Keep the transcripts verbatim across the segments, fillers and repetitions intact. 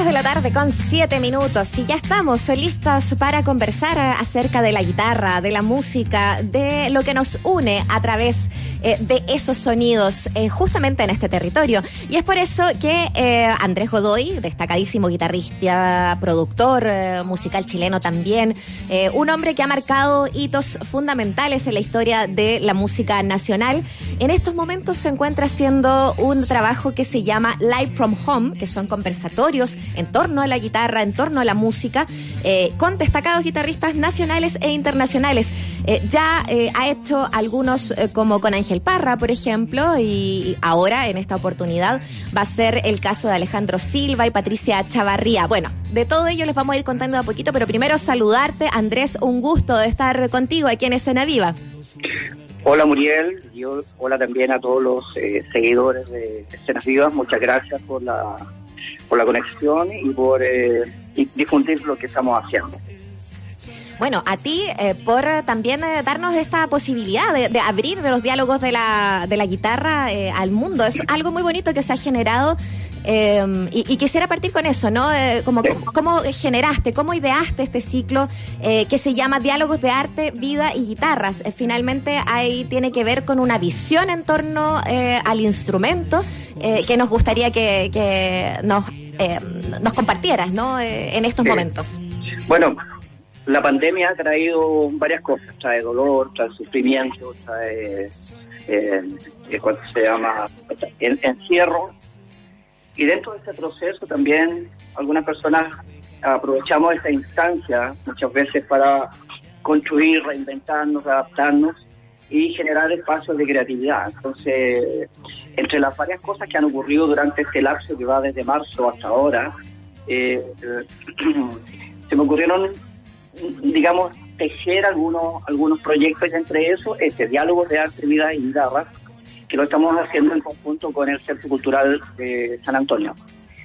tres de la tarde con siete minutos y ya estamos listos para conversar acerca de la guitarra, de la música, de lo que nos une a través eh, de esos sonidos eh, justamente en este territorio. Y es por eso que eh, Andrés Godoy, destacadísimo guitarrista, productor eh, musical chileno también, eh, un hombre que ha marcado hitos fundamentales en la historia de la música nacional, en estos momentos se encuentra haciendo un trabajo que se llama Live from Home, que son conversatorios en torno a la guitarra, en torno a la música, eh, con destacados guitarristas nacionales e internacionales. Eh, ya eh, ha hecho algunos eh, como con Ángel Parra, por ejemplo, y ahora en esta oportunidad va a ser el caso de Alejandro Silva y Patricia Chavarría. Bueno, de todo ello les vamos a ir contando de a poquito, pero primero saludarte, Andrés, un gusto de estar contigo aquí en Escena Viva. Hola Muriel, yo hola también a todos los eh, seguidores de Escenas Vivas, muchas gracias por la por la conexión y por eh, y difundir lo que estamos haciendo. Bueno, a ti eh, por también eh, darnos esta posibilidad de, de abrir los diálogos de la de la guitarra eh, al mundo. Es algo muy bonito que se ha generado eh, y, y quisiera partir con eso, ¿no? Eh, como, sí. ¿Cómo, cómo generaste, cómo ideaste este ciclo eh, que se llama Diálogos de Arte, Vida y Guitarras? Eh, finalmente ahí tiene que ver con una visión en torno eh, al instrumento eh, que nos gustaría que, que nos, eh, nos compartieras, ¿no? Eh, en estos sí. momentos. Bueno, la pandemia ha traído varias cosas, trae dolor, trae sufrimiento, trae, eh, ¿cuánto se llama? En, encierro. Y dentro de este proceso también algunas personas aprovechamos esta instancia muchas veces para construir, reinventarnos, adaptarnos y generar espacios de creatividad. Entonces, entre las varias cosas que han ocurrido durante este lapso que va desde marzo hasta ahora, eh, se me ocurrieron, digamos, tejer algunos algunos proyectos, y entre esos este Diálogos de Arte, Vida y Guitarra, que lo estamos haciendo en conjunto con el Centro Cultural de San Antonio.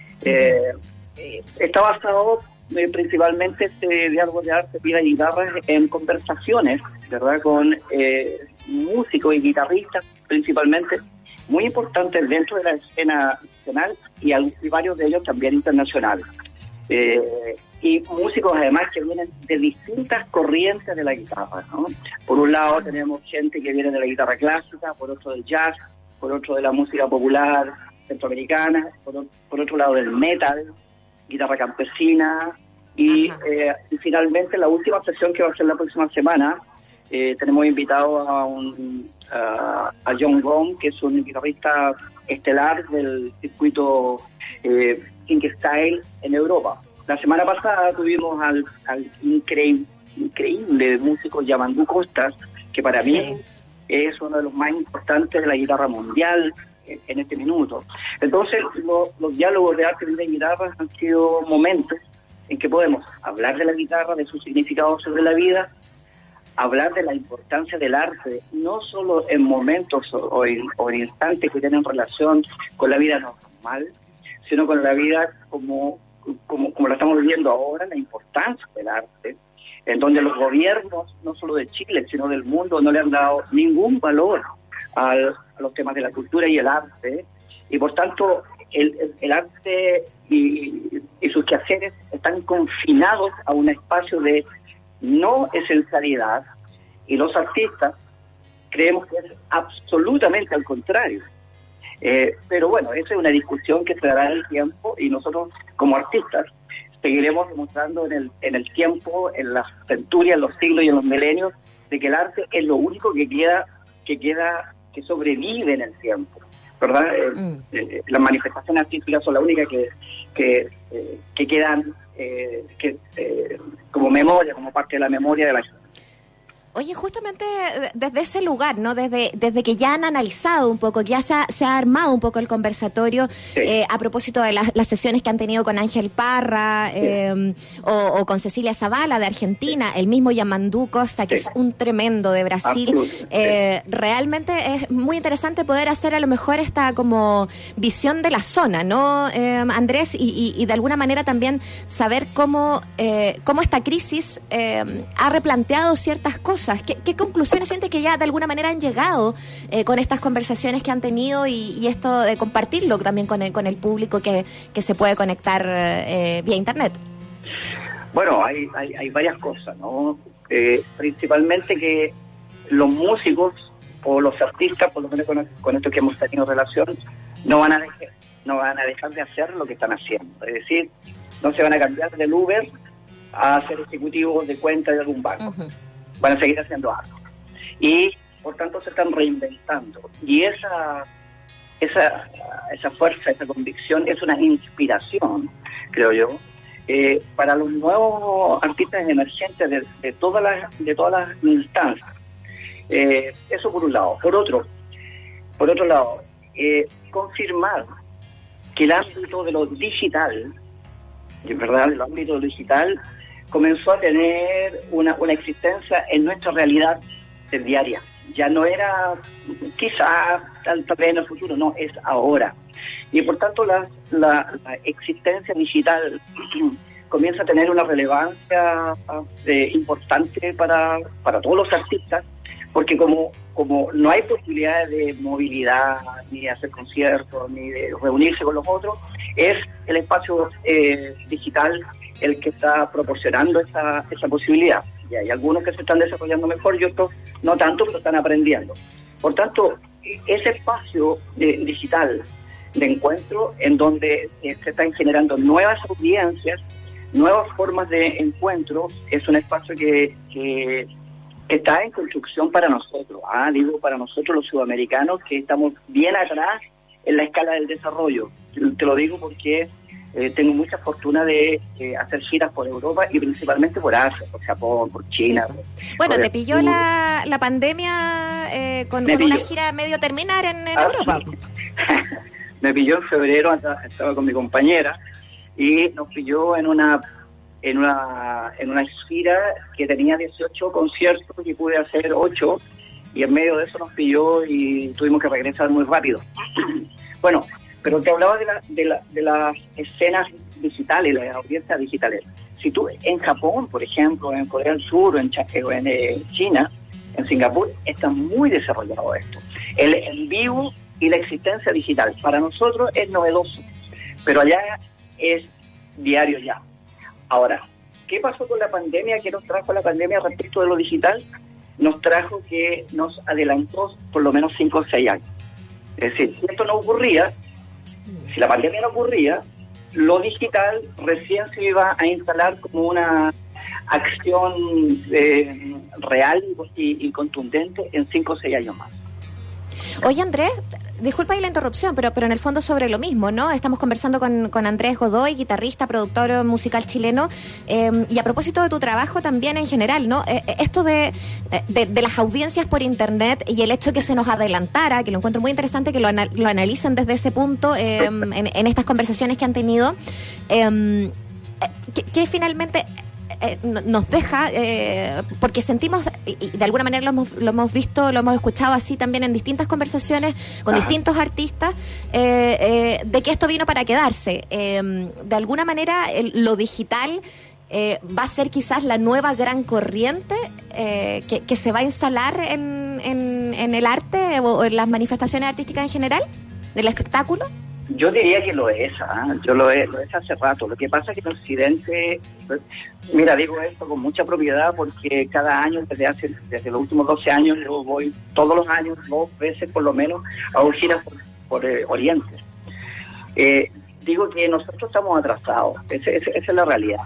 Eh, eh, está basado eh, principalmente este Diálogos de Arte, Vida y Guitarra en conversaciones, ¿verdad?, con eh, músicos y guitarristas principalmente, muy importantes dentro de la escena nacional y, y varios de ellos también internacionales. Eh, y músicos además que vienen de distintas corrientes de la guitarra, ¿no? Por un lado tenemos gente que viene de la guitarra clásica, por otro del jazz, por otro de la música popular centroamericana, por, por otro lado del metal, guitarra campesina y, eh, y finalmente la última sesión que va a ser la próxima semana, eh, tenemos invitado a, un, a, a John Gong, que es un guitarrista estelar del circuito eh, Fingerstyle en Europa. La semana pasada tuvimos al, al increíble, increíble músico Yamandú Costas, que para sí. mí es uno de los más importantes de la guitarra mundial en, en este minuto. Entonces, lo, los diálogos de arte, vida y guitarra han sido momentos en que podemos hablar de la guitarra, de su significado sobre la vida, hablar de la importancia del arte, no solo en momentos o, o, en, o en instantes que tienen relación con la vida normal, sino con la vida como, como, como la estamos viviendo ahora, la importancia del arte, en donde los gobiernos, no solo de Chile, sino del mundo, no le han dado ningún valor al, a los temas de la cultura y el arte, y por tanto el, el, el arte y, y sus quehaceres están confinados a un espacio de no esencialidad, y los artistas creemos que es absolutamente al contrario. Eh, pero bueno, esa es una discusión que se dará en el tiempo, y nosotros como artistas seguiremos demostrando en el en el tiempo, en las centurias, en los siglos y en los milenios, de que el arte es lo único que queda que queda que sobrevive en el tiempo, ¿verdad? Eh, mm. eh, las manifestaciones artísticas son las únicas que que, eh, que quedan eh, que eh, como memoria, como parte de la memoria de la gente. Oye, justamente desde ese lugar, ¿no? Desde desde que ya han analizado un poco, ya se ha, se ha armado un poco el conversatorio, sí. eh, a propósito de las, las sesiones que han tenido con Ángel Parra, sí. eh, o, o con Cecilia Zavala de Argentina, sí. el mismo Yamandú Costa, que sí. es un tremendo de Brasil. Eh, sí. Realmente es muy interesante poder hacer a lo mejor esta como visión de la zona, ¿no, eh, Andrés? Y, y, y de alguna manera también saber cómo, eh, cómo esta crisis eh, ha replanteado ciertas cosas cosas. ¿Qué, qué conclusiones sientes que ya de alguna manera han llegado eh, con estas conversaciones que han tenido y, y esto de compartirlo también con el, con el público que, que se puede conectar eh, vía internet? Bueno, hay, hay, hay varias cosas, ¿no? Eh, principalmente que los músicos o los artistas, por lo menos con, con esto que hemos tenido relación, no van a dejar, no van a dejar de hacer lo que están haciendo. Es decir, no se van a cambiar del Uber a ser ejecutivos de cuenta de algún banco. Uh-huh. Van a seguir haciendo algo. Y, por tanto, se están reinventando. Y esa, esa, esa fuerza, esa convicción es una inspiración, creo yo, eh, para los nuevos artistas emergentes de, de, todas, las, de todas las instancias. Eh, eso por un lado. Por otro, por otro lado, eh, confirmar que el ámbito de lo digital, en verdad, el ámbito de lo digital comenzó a tener una, una existencia en nuestra realidad diaria. Ya no era quizá tal, tal vez en el futuro, no, es ahora. Y por tanto la, la, la existencia digital comienza a tener una relevancia eh, importante para, para todos los artistas, porque como, como no hay posibilidades de movilidad, ni de hacer conciertos, ni de reunirse con los otros, es el espacio eh, digital el que está proporcionando esa, esa posibilidad. Y hay algunos que se están desarrollando mejor y otros no tanto, pero están aprendiendo. Por tanto, ese espacio eh, digital de encuentro en donde eh, se están generando nuevas audiencias, nuevas formas de encuentro, es un espacio que, que, que está en construcción para nosotros. Ah, digo, para nosotros los sudamericanos, que estamos bien atrás en la escala del desarrollo. Te lo digo porque Eh, tengo mucha fortuna de eh, hacer giras por Europa y principalmente por Asia, por Japón, por China. Sí. Por, bueno, por te pilló la, la pandemia eh, con, con una gira medio terminar en, en ah, Europa. Sí. Me pilló en febrero, estaba con mi compañera y nos pilló en una en una en una gira que tenía dieciocho conciertos y pude hacer ocho, y en medio de eso nos pilló y tuvimos que regresar muy rápido. Bueno, pero te hablaba de, la, de, la, de las escenas digitales, las audiencias digitales. Si tú en Japón, por ejemplo, en Corea del Sur, o en, o en eh, China, en Singapur, está muy desarrollado esto. El en vivo y la existencia digital. Para nosotros es novedoso, pero allá es diario ya. Ahora, ¿qué pasó con la pandemia? ¿Qué nos trajo la pandemia respecto de lo digital? Nos trajo que nos adelantó por lo menos cinco o seis años. Es decir, si esto no ocurría, si la pandemia no ocurría, lo digital recién se iba a instalar como una acción eh, real y, y contundente en cinco o seis años más. Oye, Andrés, disculpa ahí la interrupción, pero pero en el fondo sobre lo mismo, ¿no? Estamos conversando con, con Andrés Godoy, guitarrista, productor musical chileno, eh, y a propósito de tu trabajo también en general, ¿no? Eh, esto de, de, de las audiencias por internet y el hecho de que se nos adelantara, que lo encuentro muy interesante que lo, ana- lo analicen desde ese punto eh, en, en estas conversaciones que han tenido, eh, que, que finalmente... Eh, nos deja, eh, porque sentimos, y, y de alguna manera lo hemos, lo hemos visto, lo hemos escuchado así también en distintas conversaciones con Ajá. distintos artistas, eh, eh, de que esto vino para quedarse. Eh, de alguna manera el, lo digital eh, va a ser quizás la nueva gran corriente eh, que, que se va a instalar en, en, en el arte o en las manifestaciones artísticas en general, del espectáculo. Yo diría que lo es, ¿eh? yo lo es, lo es hace rato. Lo que pasa es que el Occidente, mira, digo esto con mucha propiedad porque cada año, desde hace desde los últimos doce años, yo voy todos los años, dos veces por lo menos, a un gira por, por eh, Oriente. Eh, digo que nosotros estamos atrasados, ese, ese, esa es la realidad.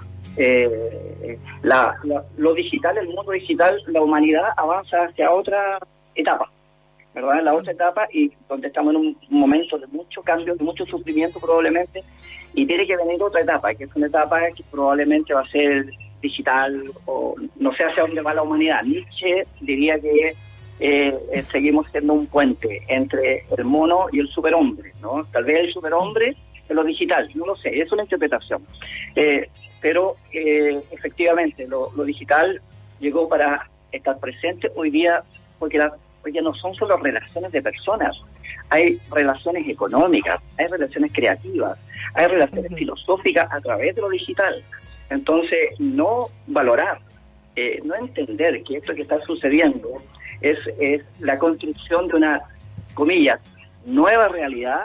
Eh, la, la, lo digital, el mundo digital, la humanidad avanza hacia otra etapa, ¿verdad? En la otra etapa, y donde estamos en un momento de mucho cambio, de mucho sufrimiento probablemente, y tiene que venir otra etapa, que es una etapa que probablemente va a ser digital, o no sé hacia dónde va la humanidad. Nietzsche diría que eh, seguimos siendo un puente entre el mono y el superhombre, ¿no? Tal vez el superhombre es lo digital, no lo sé, es una interpretación. Eh, pero eh, efectivamente lo, lo digital llegó para estar presente hoy día, porque la Porque no son solo relaciones de personas, hay relaciones económicas, hay relaciones creativas, hay relaciones uh-huh. filosóficas a través de lo digital. Entonces, no valorar eh, no entender que esto que está sucediendo es, es la construcción de una, comillas, nueva realidad,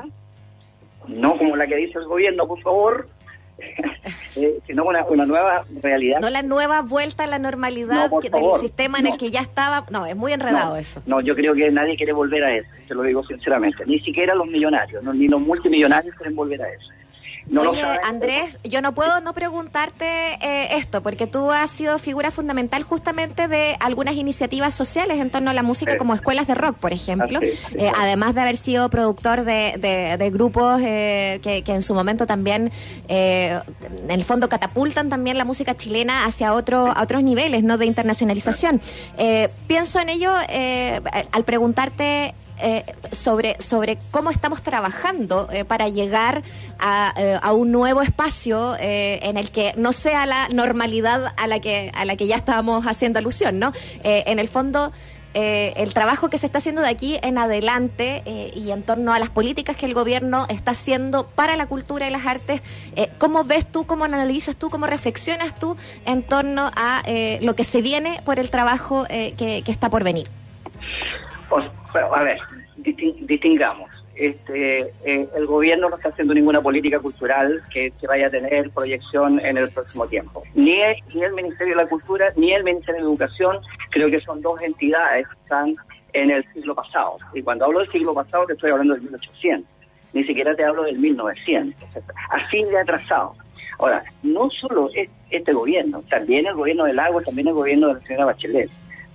no como la que dice el gobierno, por favor, eh, sino una, una nueva realidad. No la nueva vuelta a la normalidad no, que, favor, del sistema en no. el que ya estaba. No, es muy enredado no, eso. No, yo creo que nadie quiere volver a eso, te lo digo sinceramente. Ni siquiera los millonarios, no, ni los multimillonarios quieren volver a eso. No Oye, Andrés, yo no puedo no preguntarte eh, esto, porque tú has sido figura fundamental justamente de algunas iniciativas sociales en torno a la música, sí, como escuelas de rock, por ejemplo, sí, sí, eh, además de haber sido productor de, de, de grupos eh, que, que en su momento también, eh, en el fondo, catapultan también la música chilena hacia otro, a otros niveles, ¿no?, de internacionalización. Eh, pienso en ello eh, al preguntarte eh, sobre, sobre cómo estamos trabajando eh, para llegar a... Eh, a un nuevo espacio eh, en el que no sea la normalidad a la que a la que ya estábamos haciendo alusión, ¿no? Eh, en el fondo, eh, el trabajo que se está haciendo de aquí en adelante eh, y en torno a las políticas que el gobierno está haciendo para la cultura y las artes, eh, ¿cómo ves tú, cómo analizas tú, cómo reflexionas tú en torno a eh, lo que se viene por el trabajo eh, que, que está por venir? Pues, a ver, distingamos. Este, eh, el gobierno no está haciendo ninguna política cultural que, que vaya a tener proyección en el próximo tiempo. Ni el, ni el Ministerio de la Cultura, ni el Ministerio de Educación, creo que son dos entidades que están en el siglo pasado. Y cuando hablo del siglo pasado, te estoy hablando del mil ochocientos. Ni siquiera te hablo del mil novecientos. Así de atrasado. Ahora, no solo es este gobierno, también el gobierno del Agua, también el gobierno de la señora Bachelet.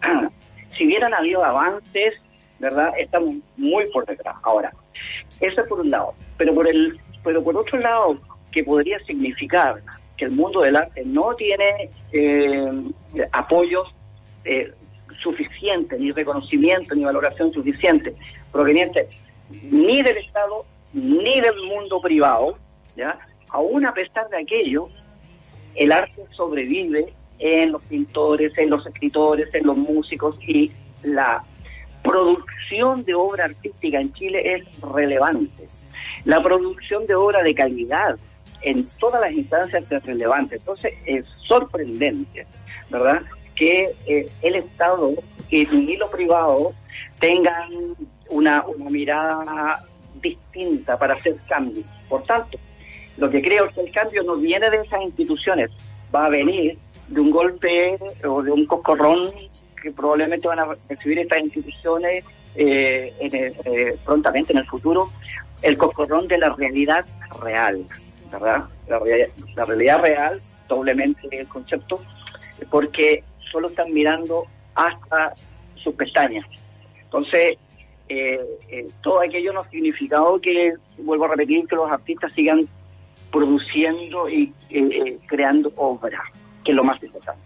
Si hubieran habido avances, ¿verdad?, estamos muy por detrás. Ahora, eso es por un lado, pero por el, pero por otro lado, que podría significar que el mundo del arte no tiene eh, apoyos eh, suficientes, ni reconocimiento, ni valoración suficiente, proveniente ni del Estado, ni del mundo privado, ¿ya? Aún a pesar de aquello, el arte sobrevive en los pintores, en los escritores, en los músicos, y la producción de obra artística en Chile es relevante. La producción de obra de calidad en todas las instancias es relevante. Entonces es sorprendente, ¿verdad?, que eh, el Estado y ni lo privado tengan una, una mirada distinta para hacer cambios. Por tanto, lo que creo es que el cambio no viene de esas instituciones, va a venir de un golpe o de un coscorrón que probablemente van a recibir estas instituciones eh, en el, eh, prontamente en el futuro, el coscorrón de la realidad real, ¿verdad? La, rea- la realidad real, doblemente el concepto, porque solo están mirando hasta sus pestañas. Entonces, eh, eh, todo aquello no ha significado que, vuelvo a repetir, que los artistas sigan produciendo y eh, eh, creando obra, que es lo más importante.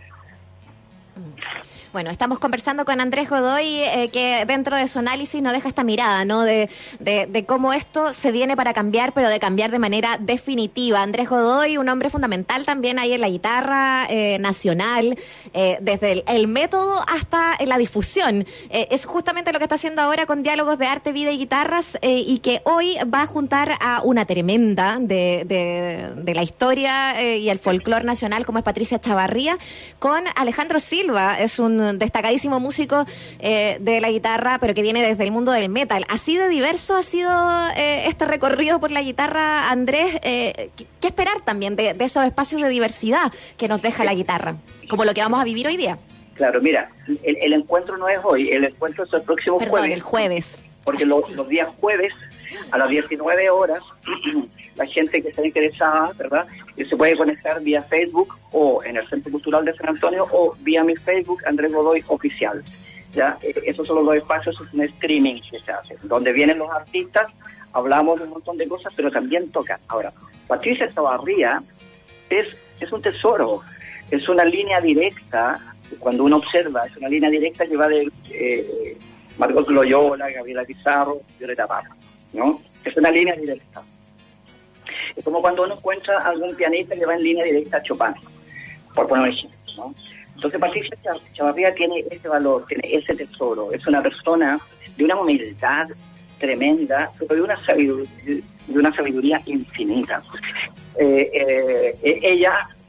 Bueno, estamos conversando con Andrés Godoy, eh, que dentro de su análisis nos deja esta mirada, ¿no?, de, de, de cómo esto se viene para cambiar, pero de cambiar de manera definitiva. Andrés Godoy, un hombre fundamental también ahí en la guitarra eh, nacional, eh, desde el, el método hasta la difusión. Eh, es justamente lo que está haciendo ahora con Diálogos de Arte, Vida y Guitarras, eh, y que hoy va a juntar a una tremenda de, de, de la historia eh, y el folclore nacional, como es Patricia Chavarría, con Alejandro Silva. Es un destacadísimo músico eh, de la guitarra, pero que viene desde el mundo del metal. Así de diverso ha sido eh, este recorrido por la guitarra, Andrés. Eh, ¿qué, ¿Qué esperar también de, de esos espacios de diversidad que nos deja la guitarra, como lo que vamos a vivir hoy día? Claro, mira, el, el encuentro no es hoy, el encuentro es el próximo Perdón, jueves. el jueves. Porque Ay, lo, sí. los días jueves, a las diecinueve horas, la gente que está interesada, ¿verdad?, se puede conectar vía Facebook o en el Centro Cultural de San Antonio o vía mi Facebook, Andrés Godoy Oficial. ¿Ya? Eh, esos son los dos espacios, es un streaming que se hace, donde vienen los artistas, hablamos de un montón de cosas, pero también tocan. Ahora, Patricia Chavarría es, es un tesoro, es una línea directa, cuando uno observa, es una línea directa que va de eh, Margot Loyola, Gabriela Pizarro, Violeta Parra, ¿no? Es una línea directa. Es como cuando uno encuentra algún pianista que va en línea directa a Chopin, por poner un ejemplo, ¿no? Entonces Patricia Chavarría tiene ese valor, tiene ese tesoro, es una persona de una humildad tremenda, pero de una sabiduría, de una sabiduría infinita. Eh, eh, ella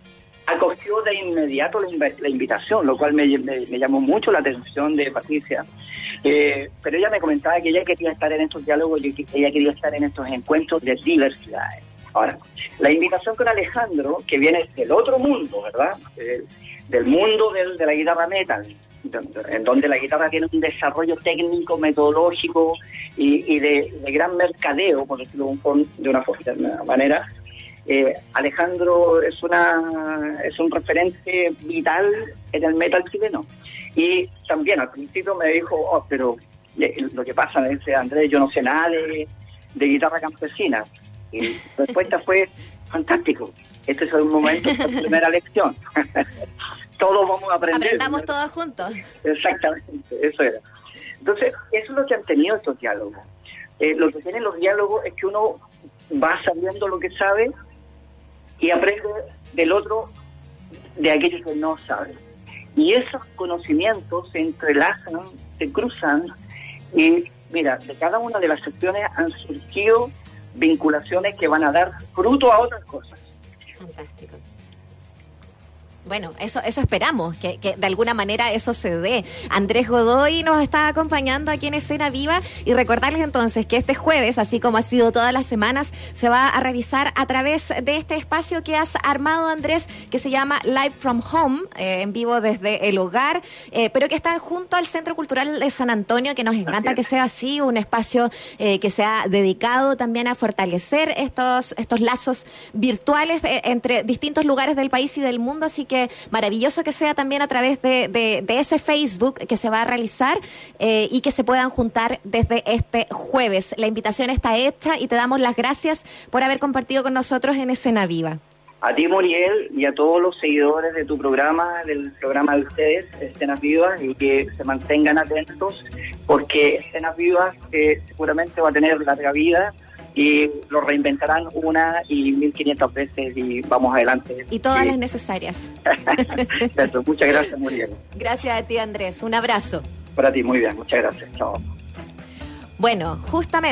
acogió de inmediato la, inv- la invitación, lo cual me, me, me llamó mucho la atención de Patricia. Eh, pero ella me comentaba que ella quería estar en estos diálogos, y que ella quería estar en estos encuentros de diversidad. Ahora, la invitación con Alejandro, que viene del otro mundo, ¿verdad? Eh, del mundo del, de la guitarra metal, en donde la guitarra tiene un desarrollo técnico, metodológico y, y de, de gran mercadeo, por decirlo de una, de una manera. Eh, Alejandro es una es un referente vital en el metal chileno. Y también al principio me dijo, oh, pero eh, lo que pasa, me dice Andrés, yo no sé nada de, de guitarra campesina. Y la respuesta fue, fantástico, este es un momento de la primera lección. Todos vamos a aprender. Aprendamos todos juntos. Exactamente, eso era. Entonces, eso es lo que han tenido estos diálogos. Eh, lo que tienen los diálogos es que uno va sabiendo lo que sabe y aprende del otro de aquello que no sabe. Y esos conocimientos se entrelazan, se cruzan, y mira, de cada una de las secciones han surgido vinculaciones que van a dar fruto a otras cosas. Fantástico. Bueno, eso eso esperamos, que, que de alguna manera eso se dé. Andrés Godoy nos está acompañando aquí en Escena Viva, y recordarles entonces que este jueves, así como ha sido todas las semanas, se va a realizar a través de este espacio que has armado, Andrés, que se llama Live from Home, eh, en vivo desde el hogar, eh, pero que está junto al Centro Cultural de San Antonio, que nos encanta que sea así, un espacio eh, que sea dedicado también a fortalecer estos, estos lazos virtuales eh, entre distintos lugares del país y del mundo, así que maravilloso que sea también a través de, de, de ese Facebook que se va a realizar eh, y que se puedan juntar desde este jueves. La invitación está hecha y te damos las gracias por haber compartido con nosotros en Escena Viva. A ti, Muriel, y a todos los seguidores de tu programa, del programa de ustedes, Escenas Vivas, y que se mantengan atentos, porque Escenas Vivas eh, seguramente va a tener larga vida, y lo reinventarán una y mil quinientas veces, y vamos adelante. Y todas sí. las necesarias. Eso, muchas gracias, Muriel. Gracias a ti, Andrés. Un abrazo. Para ti, muy bien, muchas gracias. Chao. Bueno, justamente